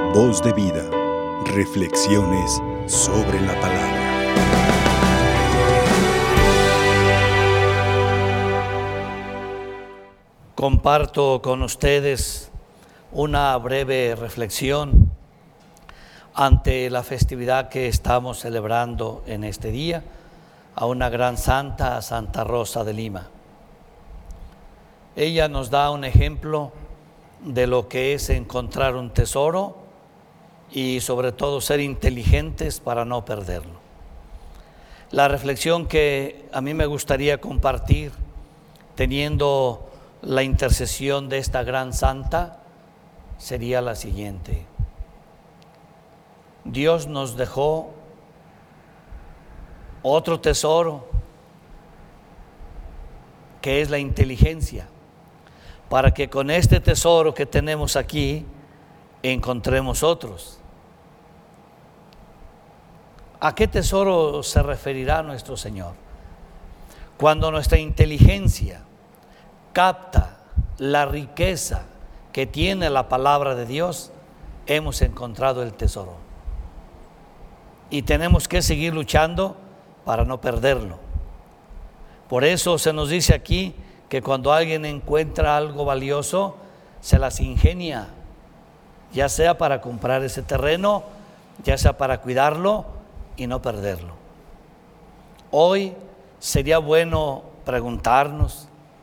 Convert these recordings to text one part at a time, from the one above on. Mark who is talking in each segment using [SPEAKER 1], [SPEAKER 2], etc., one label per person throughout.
[SPEAKER 1] Voz de vida. Reflexiones sobre la palabra.
[SPEAKER 2] Comparto con ustedes una breve reflexión ante la festividad que estamos celebrando en este día a una gran santa, a Santa Rosa de Lima. Ella nos da un ejemplo de lo que es encontrar un tesoro y sobre todo ser inteligentes para no perderlo. La reflexión que a mí me gustaría compartir, teniendo la intercesión de esta gran santa, sería la siguiente. Dios nos dejó otro tesoro, que es la inteligencia, para que con este tesoro que tenemos aquí encontremos otros. ¿A qué tesoro se referirá nuestro Señor? Cuando nuestra inteligencia capta la riqueza que tiene la palabra de Dios, hemos encontrado el tesoro. Y tenemos que seguir luchando para no perderlo. Por eso se nos dice aquí que cuando alguien encuentra algo valioso, se las ingenia, ya sea para comprar ese terreno, ya sea para cuidarlo y no perderlo. Hoy sería bueno preguntarnos,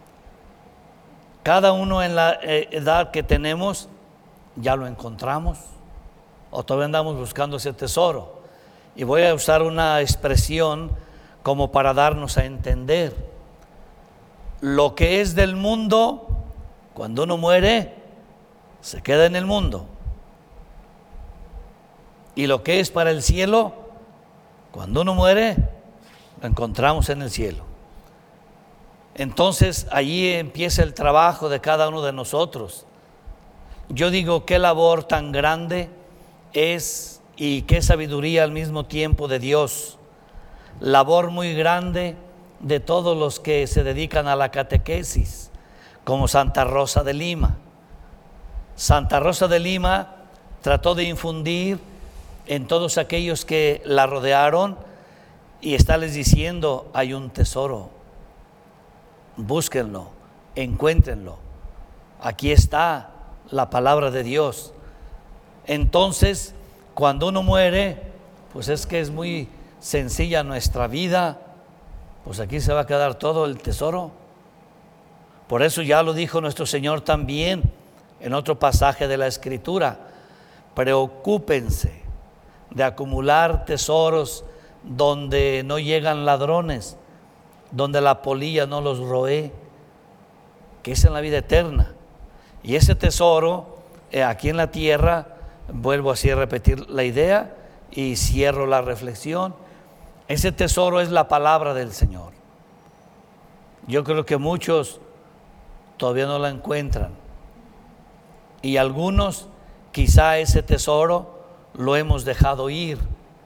[SPEAKER 2] cada uno en la edad que tenemos, ¿ya lo encontramos? ¿O todavía andamos buscando ese tesoro? Y voy a usar una expresión como para darnos a entender. Lo que es del mundo, cuando uno muere, se queda en el mundo. Y lo que es para el cielo, cuando uno muere, lo encontramos en el cielo. Entonces, allí empieza el trabajo de cada uno de nosotros. Yo digo, qué labor tan grande es y qué sabiduría al mismo tiempo de Dios. Labor muy grande de todos los que se dedican a la catequesis, como Santa Rosa de Lima. Santa Rosa de Lima trató de infundir en todos aquellos que la rodearon y estarles diciendo, hay un tesoro, búsquenlo, encuéntrenlo, aquí está la palabra de Dios. Entonces, cuando uno muere, pues es que es muy sencilla nuestra vida, pues aquí se va a quedar todo el tesoro. Por eso ya lo dijo nuestro Señor también en otro pasaje de la Escritura: preocúpense de acumular tesoros donde no llegan ladrones, donde la polilla no los roe, que es en la vida eterna. Y ese tesoro aquí en la tierra, vuelvo así a repetir la idea y cierro la reflexión, ese tesoro es la palabra del Señor. Yo creo que muchos todavía no la encuentran y algunos quizá ese tesoro lo hemos dejado ir,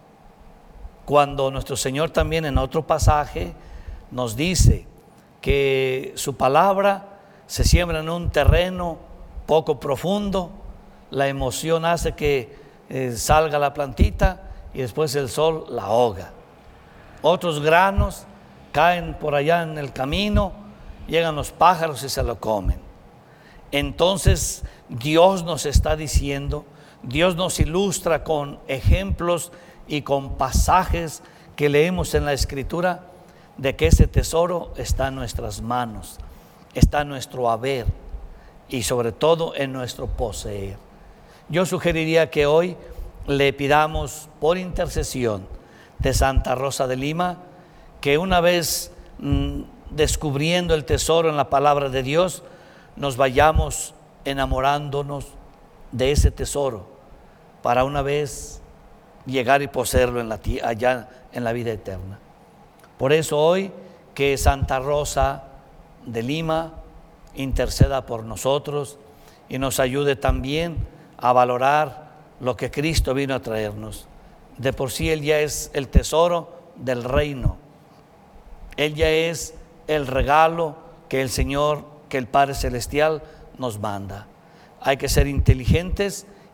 [SPEAKER 2] cuando nuestro Señor también en otro pasaje nos dice que su palabra se siembra en un terreno poco profundo, la emoción hace que salga la plantita y después el sol la ahoga. Otros granos caen por allá en el camino, llegan los pájaros y se lo comen. Entonces Dios nos está diciendo, Dios nos ilustra con ejemplos y con pasajes que leemos en la Escritura de que ese tesoro está en nuestras manos, está en nuestro haber y sobre todo en nuestro poseer. Yo sugeriría que hoy le pidamos por intercesión de Santa Rosa de Lima que una vez descubriendo el tesoro en la palabra de Dios, nos vayamos enamorándonos de ese tesoro para una vez llegar y poseerlo allá en la vida eterna. Por eso hoy que Santa Rosa de Lima interceda por nosotros y nos ayude también a valorar lo que Cristo vino a traernos. De por sí Él ya es el tesoro del reino. Él ya es el regalo que el Señor, que el Padre Celestial nos manda. Hay que ser inteligentes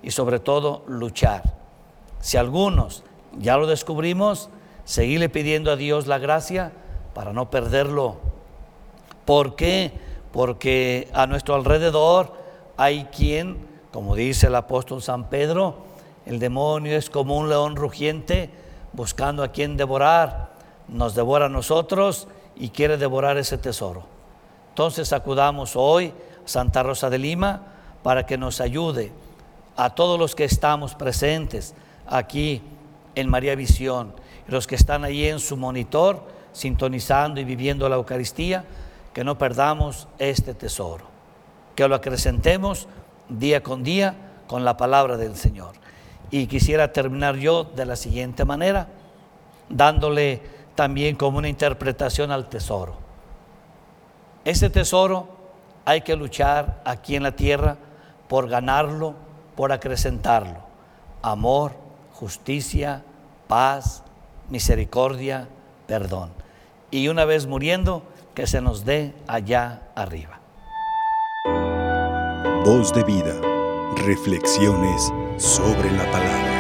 [SPEAKER 2] y sobre todo luchar. Si algunos ya lo descubrimos, seguirle pidiendo a Dios la gracia para no perderlo. ¿Por qué? Porque a nuestro alrededor hay quien, como dice el apóstol San Pedro, el demonio es como un león rugiente buscando a quien devorar. Nos devora a nosotros y quiere devorar ese tesoro. Entonces acudamos hoy a Santa Rosa de Lima para que nos ayude a todos los que estamos presentes aquí en María Visión y los que están allí en su monitor sintonizando y viviendo la Eucaristía, que no perdamos este tesoro, que lo acrecentemos día con día con la palabra del Señor. Y quisiera terminar yo de la siguiente manera, dándole también como una interpretación al tesoro. Ese tesoro hay que luchar aquí en la tierra por ganarlo, por acrecentarlo. Amor, justicia, paz, misericordia, perdón. Y una vez muriendo, que se nos dé allá arriba.
[SPEAKER 1] Voz de vida. Reflexiones sobre la palabra.